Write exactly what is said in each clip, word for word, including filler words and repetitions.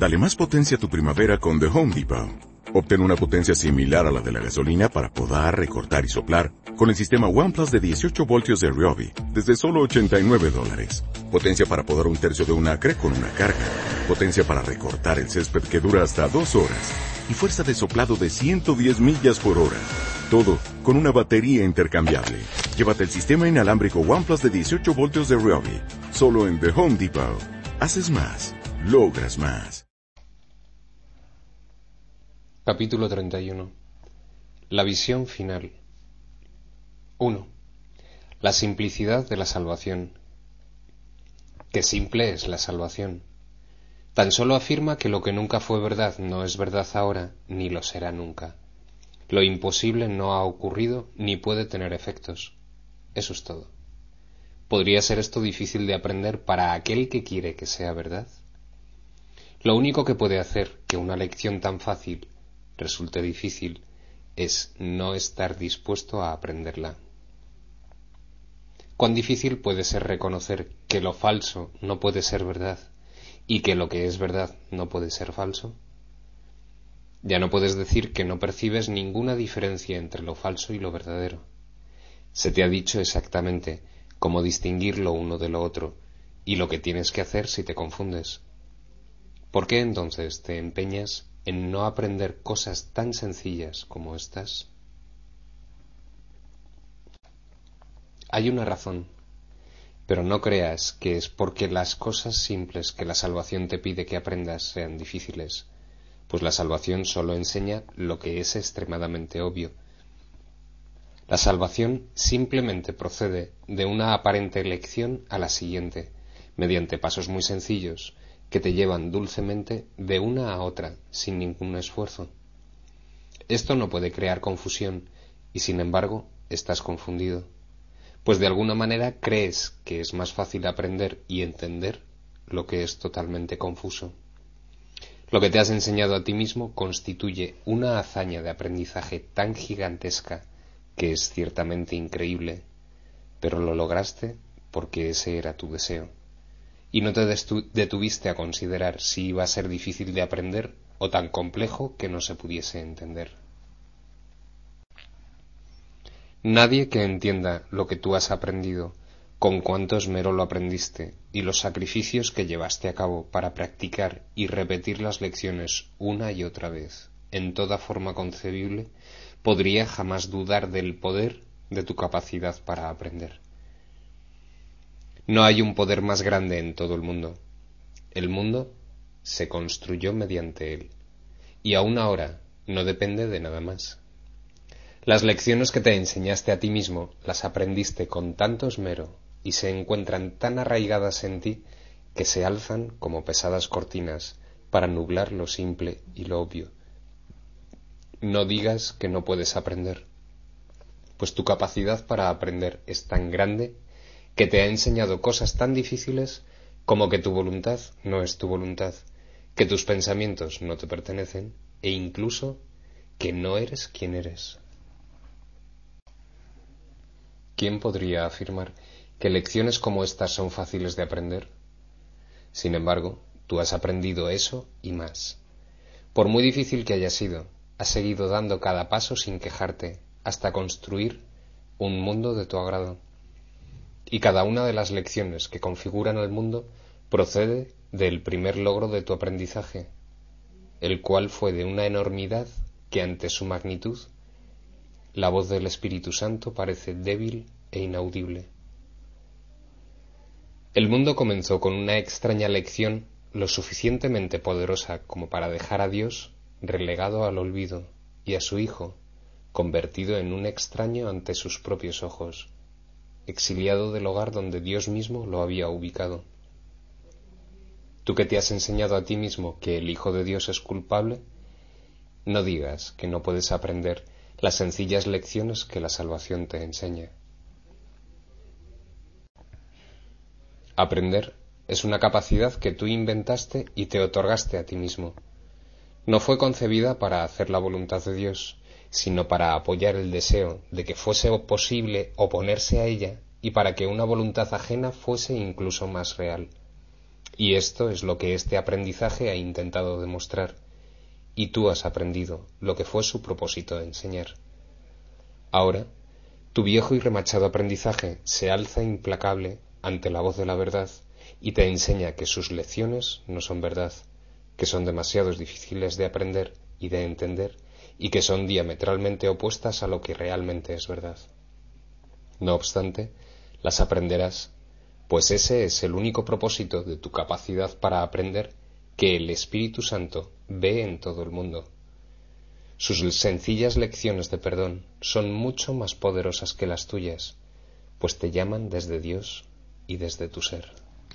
Dale más potencia a tu primavera con The Home Depot. Obtén una potencia similar a la de la gasolina para podar, recortar y soplar con el sistema OnePlus de dieciocho voltios de Ryobi desde solo ochenta y nueve dólares. Potencia para podar un tercio de un acre con una carga. Potencia para recortar el césped que dura hasta dos horas. Y fuerza de soplado de ciento diez millas por hora. Todo con una batería intercambiable. Llévate el sistema inalámbrico OnePlus de dieciocho voltios de Ryobi. Solo en The Home Depot. Haces más. Logras más. Capítulo treinta y uno. La visión final. uno. La simplicidad de la salvación. Qué simple es la salvación. Tan solo afirma que lo que nunca fue verdad no es verdad ahora, ni lo será nunca. Lo imposible no ha ocurrido ni puede tener efectos. Eso es todo. ¿Podría ser esto difícil de aprender para aquel que quiere que sea verdad? Lo único que puede hacer que una lección tan fácil resulte difícil es no estar dispuesto a aprenderla. ¿Cuán difícil puede ser reconocer que lo falso no puede ser verdad y que lo que es verdad no puede ser falso? Ya no puedes decir que no percibes ninguna diferencia entre lo falso y lo verdadero. Se te ha dicho exactamente cómo distinguir lo uno de lo otro y lo que tienes que hacer si te confundes. ¿Por qué entonces te empeñas en no aprender cosas tan sencillas como estas? Hay una razón, pero no creas que es porque las cosas simples que la salvación te pide que aprendas sean difíciles, pues la salvación solo enseña lo que es extremadamente obvio. La salvación simplemente procede de una aparente elección a la siguiente, mediante pasos muy sencillos, que te llevan dulcemente de una a otra sin ningún esfuerzo. Esto no puede crear confusión y sin embargo estás confundido, pues de alguna manera crees que es más fácil aprender y entender lo que es totalmente confuso. Lo que te has enseñado a ti mismo constituye una hazaña de aprendizaje tan gigantesca que es ciertamente increíble, pero lo lograste porque ese era tu deseo. Y no te detuviste a considerar si iba a ser difícil de aprender o tan complejo que no se pudiese entender. Nadie que entienda lo que tú has aprendido, con cuánto esmero lo aprendiste y los sacrificios que llevaste a cabo para practicar y repetir las lecciones una y otra vez, en toda forma concebible, podría jamás dudar del poder de tu capacidad para aprender. No hay un poder más grande en todo el mundo. El mundo se construyó mediante él, y aún ahora no depende de nada más. Las lecciones que te enseñaste a ti mismo las aprendiste con tanto esmero y se encuentran tan arraigadas en ti que se alzan como pesadas cortinas para nublar lo simple y lo obvio. No digas que no puedes aprender, pues tu capacidad para aprender es tan grande que te ha enseñado cosas tan difíciles como que tu voluntad no es tu voluntad, que tus pensamientos no te pertenecen e incluso que no eres quien eres. ¿Quién podría afirmar que lecciones como estas son fáciles de aprender? Sin embargo, tú has aprendido eso y más. Por muy difícil que haya sido, has seguido dando cada paso sin quejarte hasta construir un mundo de tu agrado. Y cada una de las lecciones que configuran el mundo procede del primer logro de tu aprendizaje, el cual fue de una enormidad que ante su magnitud la voz del Espíritu Santo parece débil e inaudible. El mundo comenzó con una extraña lección lo suficientemente poderosa como para dejar a Dios relegado al olvido y a su Hijo convertido en un extraño ante sus propios ojos, exiliado del hogar donde Dios mismo lo había ubicado. Tú que te has enseñado a ti mismo que el Hijo de Dios es culpable, no digas que no puedes aprender las sencillas lecciones que la salvación te enseña. Aprender es una capacidad que tú inventaste y te otorgaste a ti mismo. No fue concebida para hacer la voluntad de Dios, sino para apoyar el deseo de que fuese posible oponerse a ella y para que una voluntad ajena fuese incluso más real. Y esto es lo que este aprendizaje ha intentado demostrar, y tú has aprendido lo que fue su propósito de enseñar. Ahora, tu viejo y remachado aprendizaje se alza implacable ante la voz de la verdad y te enseña que sus lecciones no son verdad, que son demasiado difíciles de aprender y de entender y que son diametralmente opuestas a lo que realmente es verdad. No obstante, las aprenderás, pues ese es el único propósito de tu capacidad para aprender que el Espíritu Santo ve en todo el mundo. Sus sencillas lecciones de perdón son mucho más poderosas que las tuyas, pues te llaman desde Dios y desde tu ser.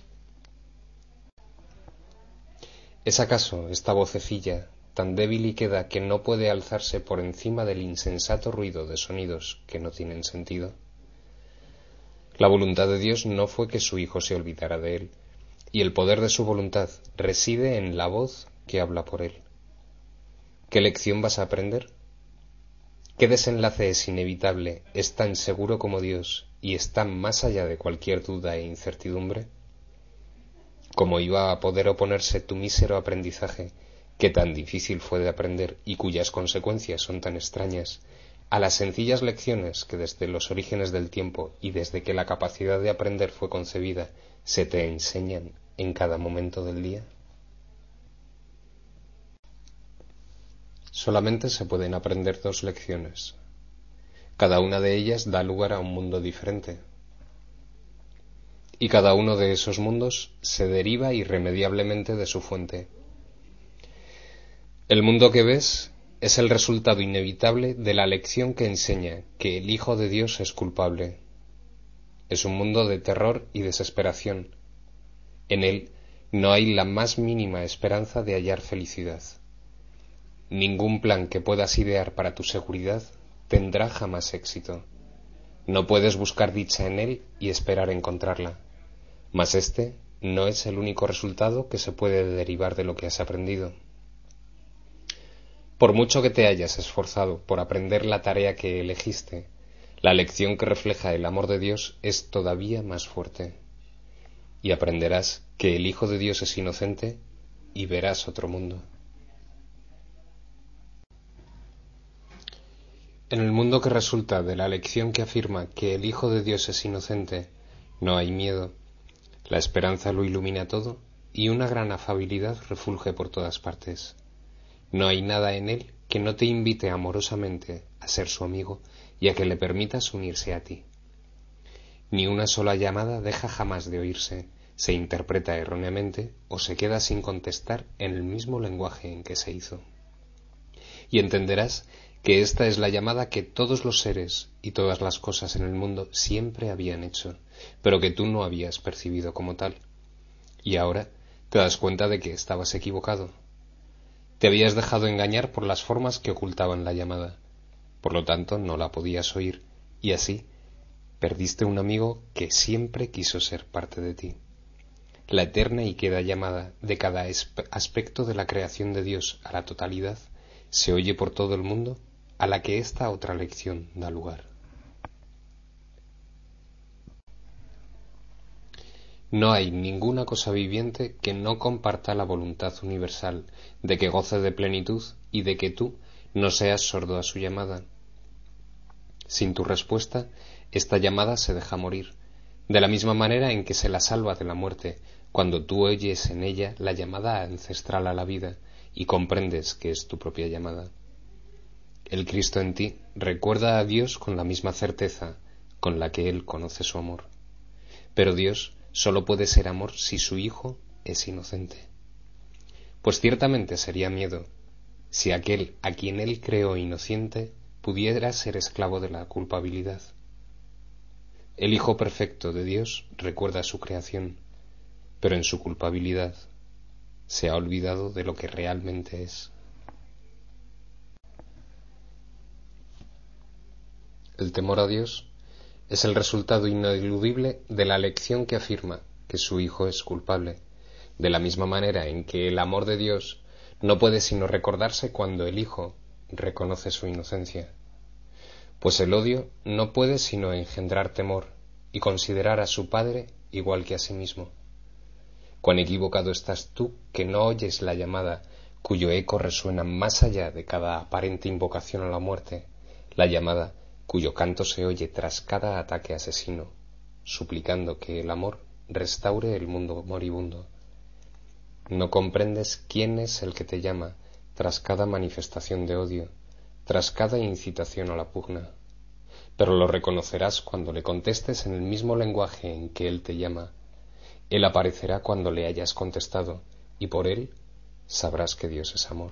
¿Es acaso esta vocecilla tan débil y queda que no puede alzarse por encima del insensato ruido de sonidos que no tienen sentido? La voluntad de Dios no fue que su Hijo se olvidara de él, y el poder de su voluntad reside en la voz que habla por él. ¿Qué lección vas a aprender? ¿Qué desenlace es inevitable, es tan seguro como Dios y está más allá de cualquier duda e incertidumbre? ¿Cómo iba a poder oponerse tu mísero aprendizaje, que tan difícil fue de aprender y cuyas consecuencias son tan extrañas, a las sencillas lecciones que desde los orígenes del tiempo y desde que la capacidad de aprender fue concebida se te enseñan en cada momento del día? Solamente se pueden aprender dos lecciones. Cada una de ellas da lugar a un mundo diferente. Y cada uno de esos mundos se deriva irremediablemente de su fuente. El mundo que ves es el resultado inevitable de la lección que enseña que el Hijo de Dios es culpable. Es un mundo de terror y desesperación. En él no hay la más mínima esperanza de hallar felicidad. Ningún plan que puedas idear para tu seguridad tendrá jamás éxito. No puedes buscar dicha en él y esperar encontrarla. Mas este no es el único resultado que se puede derivar de lo que has aprendido. Por mucho que te hayas esforzado por aprender la tarea que elegiste, la lección que refleja el amor de Dios es todavía más fuerte. Y aprenderás que el Hijo de Dios es inocente y verás otro mundo. En el mundo que resulta de la lección que afirma que el Hijo de Dios es inocente, no hay miedo, la esperanza lo ilumina todo y una gran afabilidad refulge por todas partes. No hay nada en él que no te invite amorosamente a ser su amigo y a que le permitas unirse a ti. Ni una sola llamada deja jamás de oírse, se interpreta erróneamente o se queda sin contestar en el mismo lenguaje en que se hizo. Y entenderás que esta es la llamada que todos los seres y todas las cosas en el mundo siempre habían hecho, pero que tú no habías percibido como tal. Y ahora te das cuenta de que estabas equivocado. Te habías dejado engañar por las formas que ocultaban la llamada, por lo tanto no la podías oír, y así perdiste un amigo que siempre quiso ser parte de ti. La eterna y queda llamada de cada aspecto de la creación de Dios a la totalidad se oye por todo el mundo, a la que esta otra lección da lugar. No hay ninguna cosa viviente que no comparta la voluntad universal de que goce de plenitud y de que tú no seas sordo a su llamada. Sin tu respuesta, esta llamada se deja morir, de la misma manera en que se la salva de la muerte, cuando tú oyes en ella la llamada ancestral a la vida y comprendes que es tu propia llamada. El Cristo en ti recuerda a Dios con la misma certeza con la que Él conoce su amor. Pero Dios solo puede ser amor si su Hijo es inocente. Pues ciertamente sería miedo si aquel a quien Él creó inocente pudiera ser esclavo de la culpabilidad. El Hijo perfecto de Dios recuerda su creación, pero en su culpabilidad se ha olvidado de lo que realmente es. El temor a Dios es el resultado ineludible de la lección que afirma que su Hijo es culpable, de la misma manera en que el amor de Dios no puede sino recordarse cuando el Hijo reconoce su inocencia. Pues el odio no puede sino engendrar temor y considerar a su Padre igual que a sí mismo. Cuán equivocado estás tú que no oyes la llamada cuyo eco resuena más allá de cada aparente invocación a la muerte, la llamada cuyo canto se oye tras cada ataque asesino, suplicando que el amor restaure el mundo moribundo. No comprendes quién es el que te llama tras cada manifestación de odio, tras cada incitación a la pugna, pero lo reconocerás cuando le contestes en el mismo lenguaje en que él te llama. Él aparecerá cuando le hayas contestado, y por él sabrás que Dios es amor.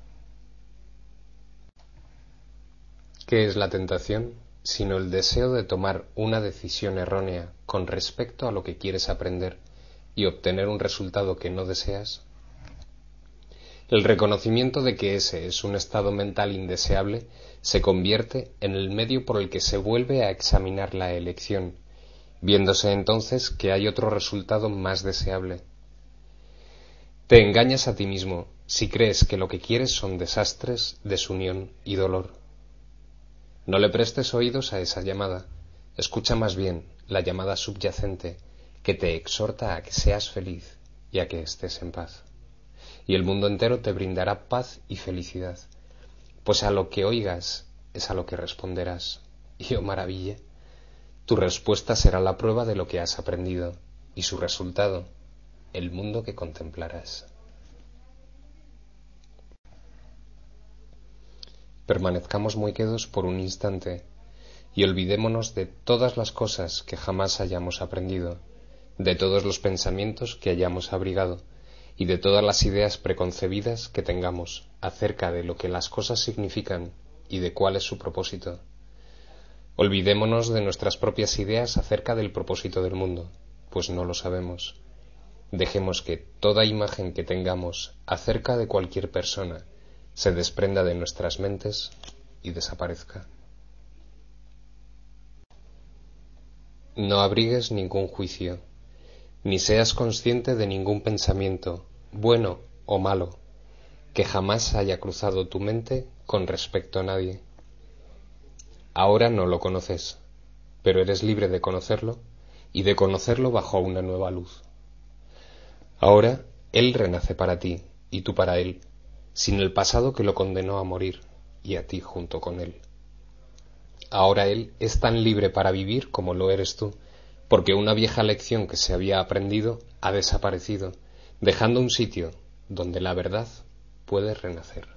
¿Qué es la tentación? Sino el deseo de tomar una decisión errónea con respecto a lo que quieres aprender y obtener un resultado que no deseas. El reconocimiento de que ese es un estado mental indeseable se convierte en el medio por el que se vuelve a examinar la elección, viéndose entonces que hay otro resultado más deseable. Te engañas a ti mismo si crees que lo que quieres son desastres, desunión y dolor. No le prestes oídos a esa llamada, escucha más bien la llamada subyacente que te exhorta a que seas feliz y a que estés en paz. Y el mundo entero te brindará paz y felicidad, pues a lo que oigas es a lo que responderás. Y, oh maravilla, tu respuesta será la prueba de lo que has aprendido, y su resultado, el mundo que contemplarás. Permanezcamos muy quedos por un instante y olvidémonos de todas las cosas que jamás hayamos aprendido, de todos los pensamientos que hayamos abrigado y de todas las ideas preconcebidas que tengamos acerca de lo que las cosas significan y de cuál es su propósito. Olvidémonos de nuestras propias ideas acerca del propósito del mundo, pues no lo sabemos. Dejemos que toda imagen que tengamos acerca de cualquier persona se desprenda de nuestras mentes y desaparezca. No abrigues ningún juicio, ni seas consciente de ningún pensamiento, bueno o malo, que jamás haya cruzado tu mente con respecto a nadie. Ahora no lo conoces, pero eres libre de conocerlo y de conocerlo bajo una nueva luz. Ahora él renace para ti y tú para él, sin el pasado que lo condenó a morir y a ti junto con él. Ahora él es tan libre para vivir como lo eres tú, porque una vieja lección que se había aprendido ha desaparecido, dejando un sitio donde la verdad puede renacer.